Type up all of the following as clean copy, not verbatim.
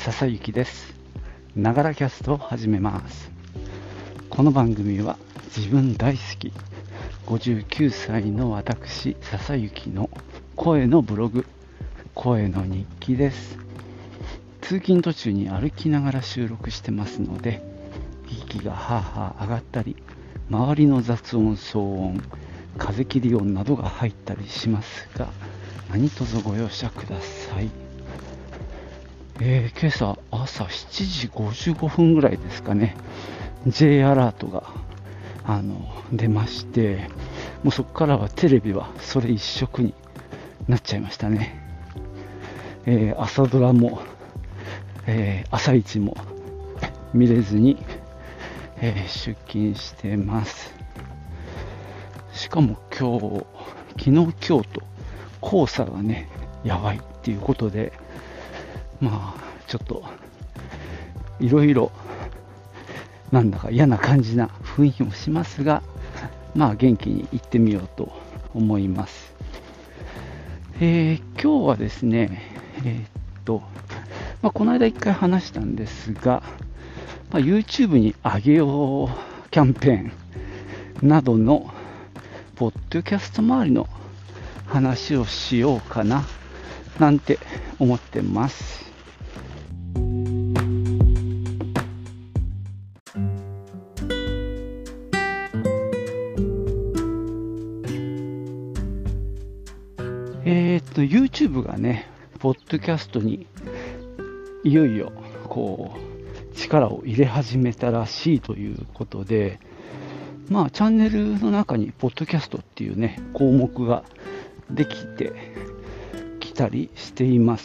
笹幸です。ながらキャストを始めます。この番組は自分大好き59歳の私笹幸の声のブログ、声の日記です。通勤途中に歩きながら収録してますので、息がはぁはぁ上がったり、周りの雑音、騒音、風切り音などが入ったりしますが、何卒ご容赦ください。今朝朝7時55分ぐらいですかね、J アラートが出まして、もうそこからはテレビはそれ一色になっちゃいましたね。朝ドラも、朝一も見れずに、出勤してます。しかも昨日今日と黄砂がねやばいっていうことで、ちょっといろいろなんだか嫌な感じな雰囲気もしますが、元気に行ってみようと思います。今日はですね、この間一回話したんですが、YouTube に上げようキャンペーンなどのポッドキャスト周りの話をしようかななんて思ってます。YouTube がね、ポッドキャストにいよいよ力を入れ始めたらしいということで、チャンネルの中にポッドキャストっていうね項目ができてきたりしています。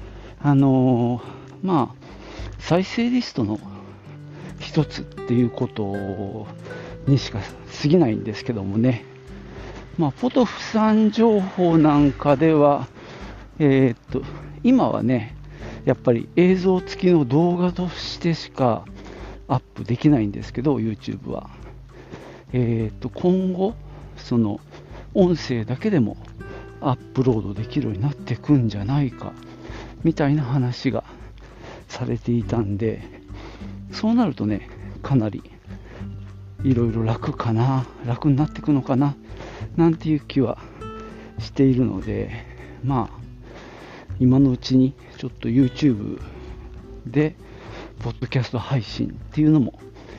再生リストの一つっていうことにしか過ぎないんですけどもね、ポトフさん情報なんかでは、今はねやっぱり映像付きの動画としてしかアップできないんですけど、 YouTube は今後その音声だけでもアップロードできるようになってくんじゃないかみたいな話がされていたんで、そうなるとねかなりいろいろ楽になっていくのかななんていう気はしているので、今のうちにちょっと YouTube でポッドキャスト配信っていうのも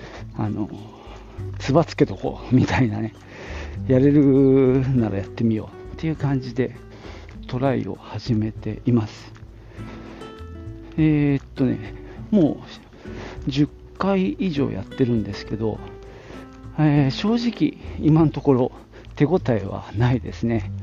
つばつけとこうみたいなね、やれるならやってみようっていう感じでトライを始めています。もう10回以上やってるんですけど、正直今のところ手応えはないですね。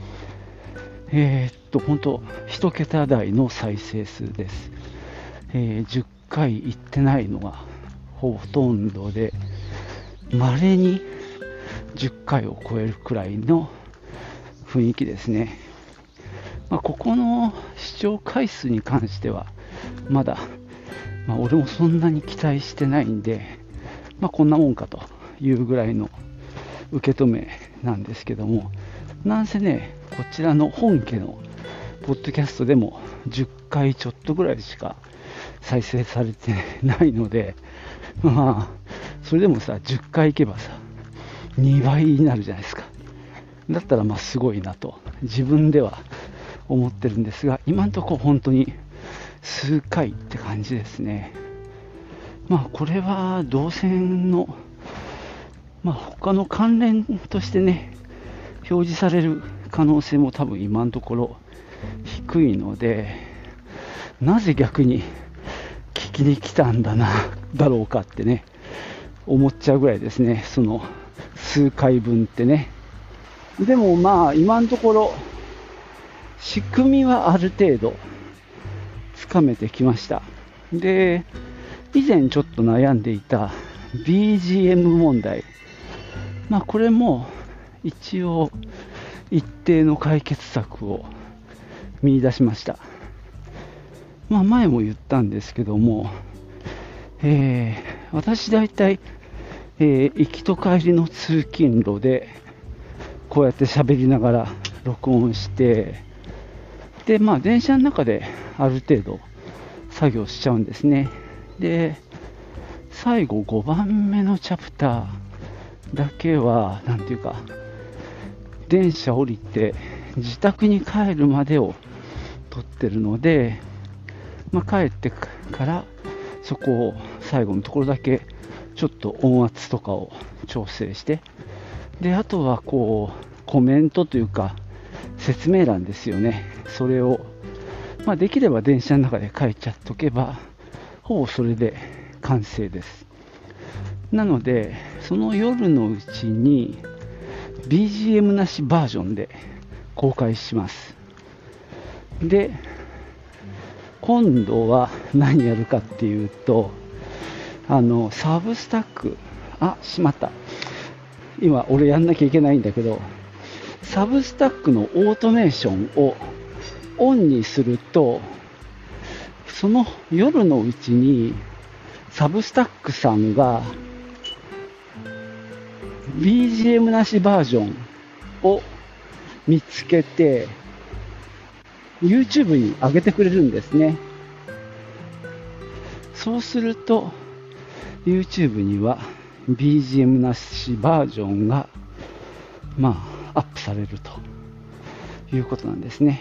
本当1桁台の再生数です。10回いってないのがほとんどで、稀に10回を超えるくらいの雰囲気ですね。ここの視聴回数に関してはまだ、俺もそんなに期待してないんで、こんなもんかというぐらいの受け止めなんですけども、なんせねこちらの本家のポッドキャストでも10回ちょっとぐらいしか再生されてないので、それでもさ10回いけばさ2倍になるじゃないですか。だったらすごいなと自分では思ってるんですが、今のところ本当に数回って感じですね。これは動線の他の関連としてね表示される可能性も多分今のところ低いので、なぜ逆に聞きに来たんだろうかってね思っちゃうぐらいですね、その数回分ってね。でも今のところ仕組みはある程度つかめてきました。で、以前ちょっと悩んでいた BGM 問題、これも一応一定の解決策を見出しました。前も言ったんですけども、私だいたい行きと帰りの通勤路でこうやって喋りながら録音して、で電車の中である程度作業しちゃうんですね。で、最後5番目のチャプターだけは、なんていうか、電車降りて自宅に帰るまでを撮ってるので、帰ってからそこを最後のところだけちょっと音圧とかを調整して、であとはこうコメントというか説明欄ですよね。それを、できれば電車の中で書いちゃっとけばほぼそれで完成です。なのでその夜のうちに BGM なしバージョンで公開します。で今度は何やるかっていうと、サブスタック、しまった、今俺やんなきゃいけないんだけど、サブスタックのオートメーションをオンにすると、その夜のうちにサブスタックさんが BGM なしバージョンを見つけて YouTube に上げてくれるんですね。そうすると YouTube には BGM なしバージョンがアップされるということなんですね。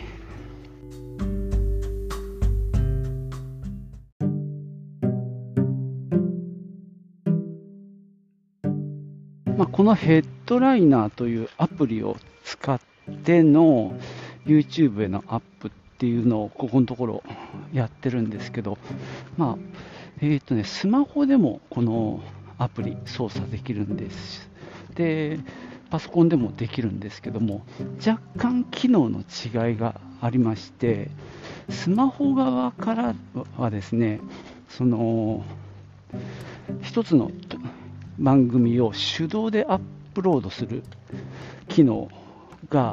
このヘッドライナーというアプリを使っての YouTube へのアップっていうのをここのところやってるんですけど、スマホでもこのアプリ操作できるんです。で、パソコンでもできるんですけども、若干機能の違いがありまして、スマホ側からはですね、その一つの番組を手動でアップロードする機能が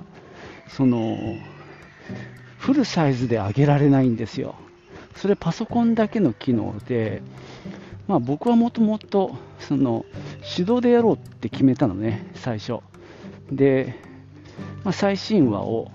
フルサイズで上げられないんですよ。それパソコンだけの機能で、僕はもともと手動でやろうって決めたのね、最初で、最新話を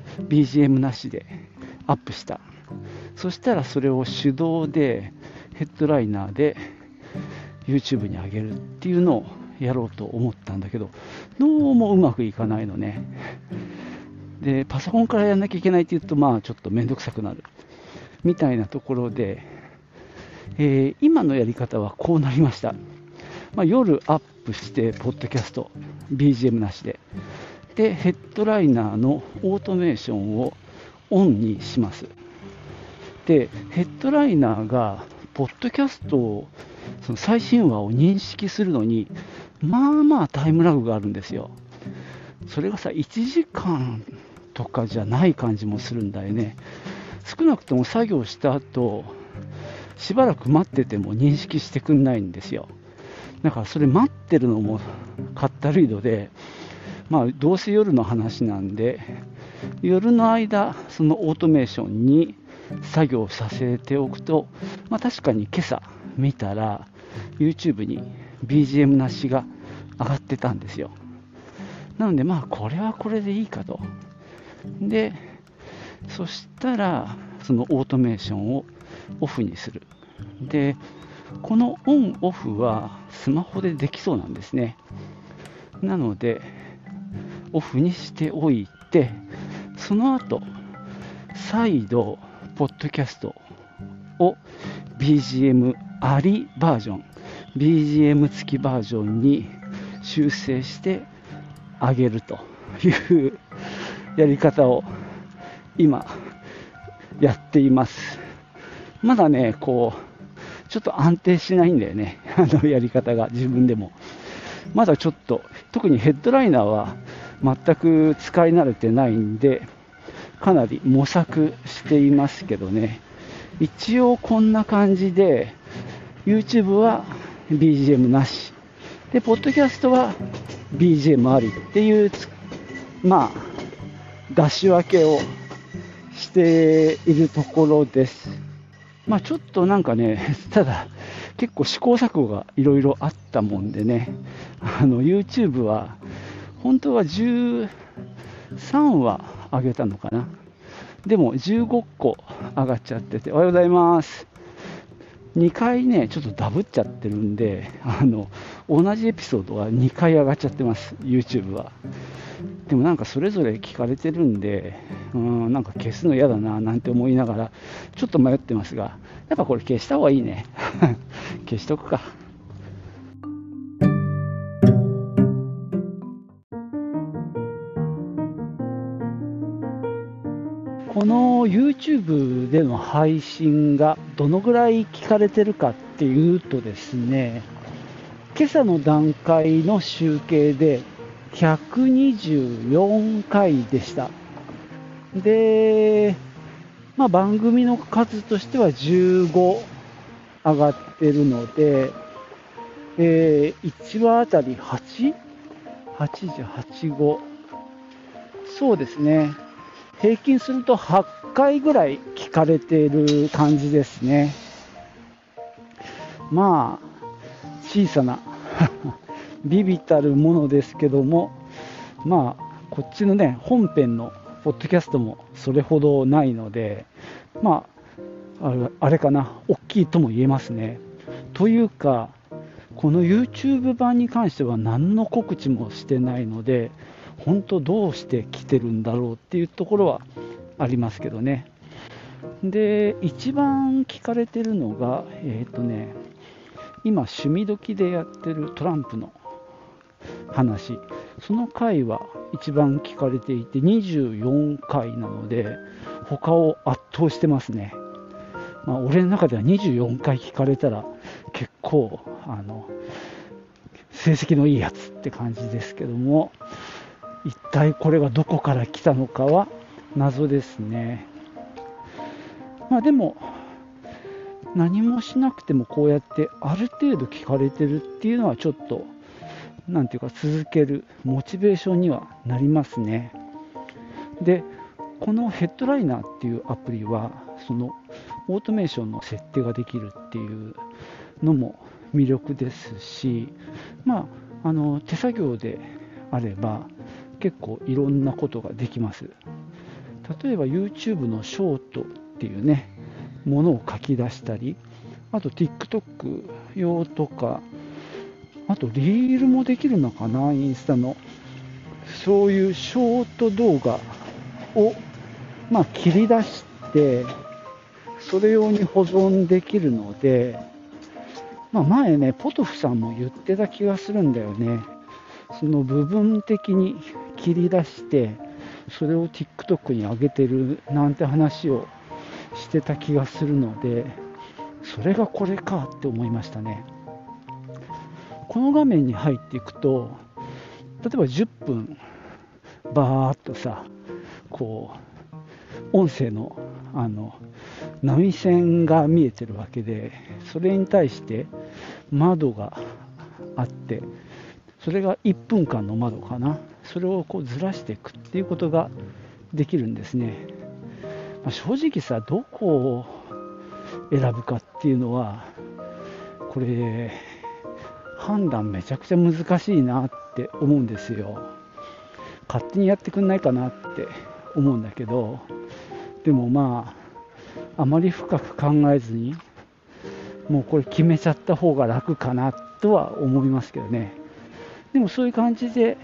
BGM なしでアップした。そしたらそれを手動でヘッドライナーで YouTube に上げるっていうのをやろうと思ったんだけど、どうもうまくいかないのね。でパソコンからやんなきゃいけないって言うとちょっとめんどくさくなるみたいなところで、今のやり方はこうなりました。夜アップしてポッドキャスト BGM なしでヘッドライナーのオートメーションをオンにします。でヘッドライナーがポッドキャストをその最新話を認識するのにタイムラグがあるんですよ。それが1時間とかじゃない感じもするんだよね。少なくとも作業した後しばらく待ってても認識してくんないんですよ。だからそれ待ってるのもかったるいので、どうせ夜の話なんで夜の間そのオートメーションに作業させておくと、確かに今朝見たら YouTube に BGM なしが上がってたんですよ。なのでこれはこれでいいかと。でそしたらそのオートメーションをオフにする。でこのオンオフはスマホでできそうなんですね。なのでオフにしておいて、その後再度ポッドキャストを BGM ありバージョン BGM 付きバージョンに修正してあげるというやり方を今やっています。まだねちょっと安定しないんだよね、やり方が。自分でもまだちょっと、特にヘッドライナーは全く使い慣れてないんでかなり模索していますけどね。一応こんな感じで YouTube は BGM なしでポッドキャストは BGM ありっていう出し分けをしているところです。ちょっとただ結構試行錯誤がいろいろあったもんでね、YouTube は本当は13話上げたのかな。でも15個上がっちゃってて、おはようございます。 2回ね、ちょっとダブっちゃってるんで、同じエピソードが2回上がっちゃってます、YouTube は。でもなんかそれぞれ聞かれてるんで、なんか消すの嫌だななんて思いながら、ちょっと迷ってますが、やっぱこれ消した方がいいね。消しとくか。この YouTube での配信がどのぐらい聞かれてるかっていうとですね、今朝の段階の集計で124回でした。で、番組の数としては15上がってるので、1話あたり 8? 8じゃ85。そうですね。平均すると8回ぐらい聞かれている感じですね。まあ、小さな微々たるものですけども、こっちのね、本編のポッドキャストもそれほどないので、あれかな、大きいとも言えますね。というか、この YouTube 版に関しては何の告知もしてないので、本当どうして来てるんだろうっていうところはありますけどね。で、一番聞かれてるのが、今、趣味時でやってるトランプの話、その回は一番聞かれていて24回なので、他を圧倒してますね。俺の中では24回聞かれたら結構成績のいいやつって感じですけども、一体これがどこから来たのかは謎ですね。でも何もしなくてもこうやってある程度聞かれてるっていうのはちょっとなんていうか続けるモチベーションにはなりますね。で、このヘッドライナーっていうアプリはそのオートメーションの設定ができるっていうのも魅力ですし、手作業であれば結構いろんなことができます。例えば YouTube のショートっていうねものを書き出したり、あと TikTok 用とか、あとリールもできるのかな、インスタのそういうショート動画を切り出してそれ用に保存できるので、前ねポトフさんも言ってた気がするんだよね。その部分的に切り出してそれを TikTok に上げてるなんて話をしてた気がするので、それがこれかって思いましたね。この画面に入っていくと、例えば10分バーっとさ、こう音声の波線が見えてるわけで、それに対して窓があって、それが1分間の窓かな、それをこうずらしていくっていうことができるんですね。正直さ、どこを選ぶかっていうのはこれ判断めちゃくちゃ難しいなって思うんですよ。勝手にやってくんないかなって思うんだけど、でもあまり深く考えずにもうこれ決めちゃった方が楽かなとは思いますけどね。でもそういう感じで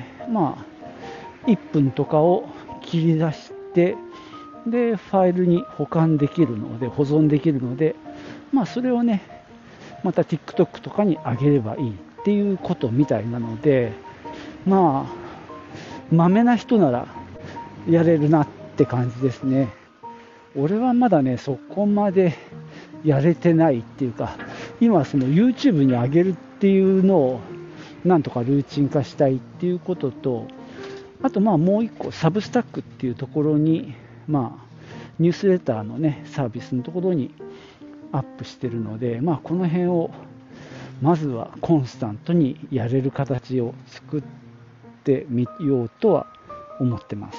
1分とかを切り出して、でファイルに保管できるので、保存できるので、それをねまた TikTok とかに上げればいいっていうことみたいなので、まめな人ならやれるなって感じですね。俺はまだねそこまでやれてないっていうか、今その YouTube に上げるっていうのをなんとかルーチン化したいっていうことと、あともう一個サブスタックっていうところにニュースレターのねサービスのところにアップしてるので、この辺をまずはコンスタントにやれる形を作ってみようとは思ってます。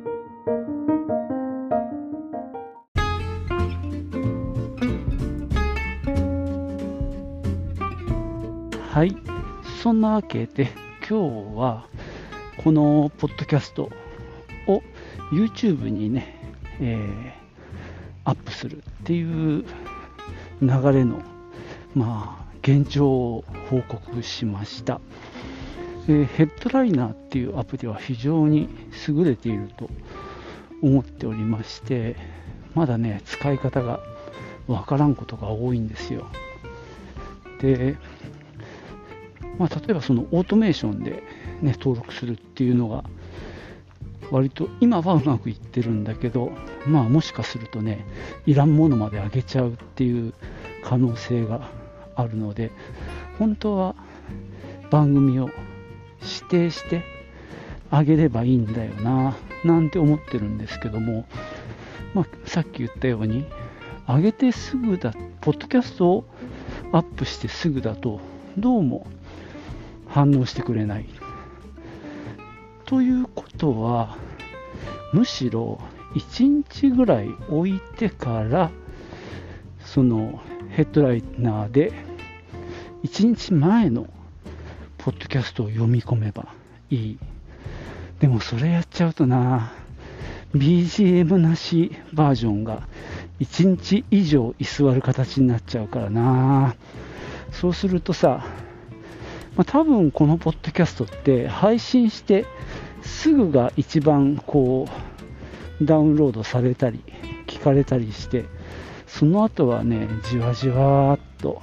はい、そんなわけで今日はこのポッドキャストを YouTube にね、アップするっていう流れの、現状を報告しました。ヘッドライナーっていうアプリは非常に優れていると思っておりまして、まだね使い方がわからんことが多いんですよ。で、例えばそのオートメーションで、登録するっていうのが割と今はうまくいってるんだけど、もしかするとねいらんものまで上げちゃうっていう可能性があるので、本当は番組を指定してあげればいいんだよななんて思ってるんですけども、さっき言ったように上げてすぐだ、ポッドキャストをアップしてすぐだとどうも反応してくれないということは、むしろ1日ぐらい置いてからそのヘッドライナーで1日前のポッドキャストを読み込めばいい。でもそれやっちゃうとな、 BGM なしバージョンが1日以上居座る形になっちゃうからな。そうするとさ、多分このポッドキャストって配信してすぐが一番ダウンロードされたり聞かれたりして、その後はねじわじわっと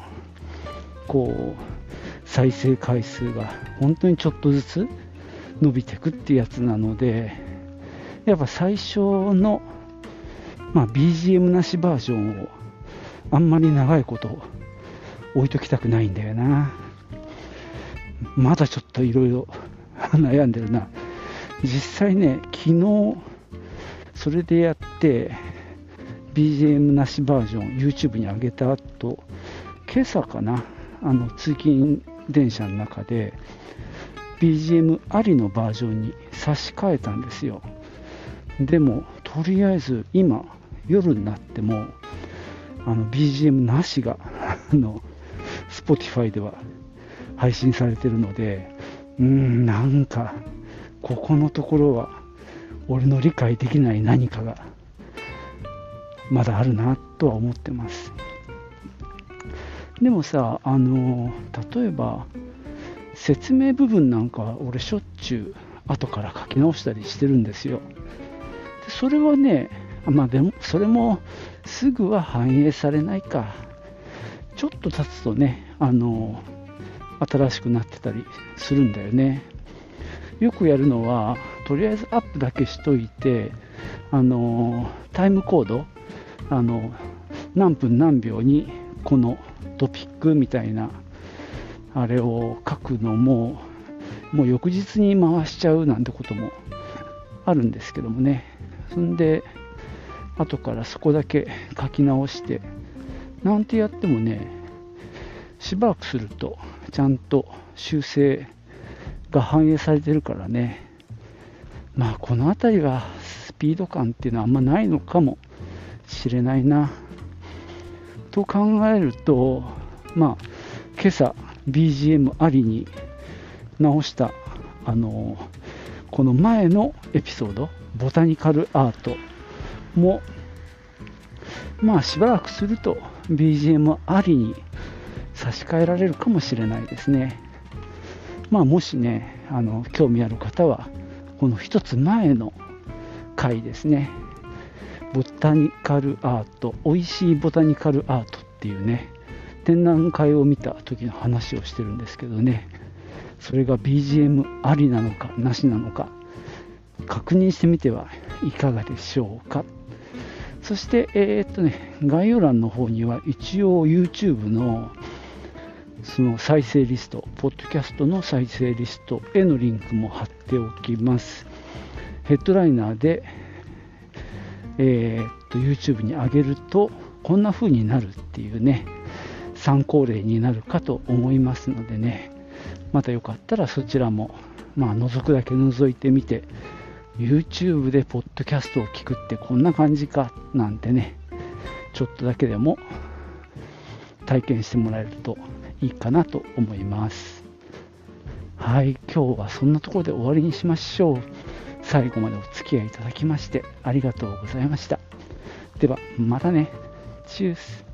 再生回数が本当にちょっとずつ伸びていくっていうやつなので、やっぱ最初の、BGM なしバージョンをあんまり長いこと置いときたくないんだよな。まだちょっといろいろ悩んでるな。実際ね昨日それでやってBGM なしバージョン YouTube に上げた後、今朝かな、通勤電車の中で BGM ありのバージョンに差し替えたんですよ。でもとりあえず今夜になってもBGM なしがSpotify では配信されてるので、なんかここのところは俺の理解できない何かがまだあるなとは思ってます。でもさ、例えば説明部分なんかは俺しょっちゅう後から書き直したりしてるんですよ。でそれはね、でもそれもすぐは反映されないか。ちょっと経つとね、新しくなってたりするんだよね。よくやるのはとりあえずアップだけしといて、タイムコード、何分何秒にこのトピックみたいなあれを書くのもう翌日に回しちゃうなんてこともあるんですけどもね。そんで後からそこだけ書き直してなんてやってもね、しばらくするとちゃんと修正が反映されてるからね。この辺りはスピード感っていうのはあんまないのかもしれないなと考えると、今朝 BGM ありに直したこの前のエピソードボタニカルアートもしばらくすると BGM ありに差し替えられるかもしれないですね。もしね興味ある方はこの一つ前の回ですね、ボタニカルアート、おいしいボタニカルアートっていうね展覧会を見た時の話をしてるんですけどね、それが BGM ありなのかなしなのか確認してみてはいかがでしょうか。そして概要欄の方には一応 YouTube のその再生リスト、ポッドキャストの再生リストへのリンクも貼っておきます。ヘッドライナーで、YouTube に上げるとこんな風になるっていうね参考例になるかと思いますのでね、またよかったらそちらも覗くだけ覗いてみて、 YouTube でポッドキャストを聞くってこんな感じかなんてね、ちょっとだけでも体験してもらえるといいかなと思います。はい、今日はそんなところで終わりにしましょう。最後までお付き合いいただきましてありがとうございました。ではまたね。チュース。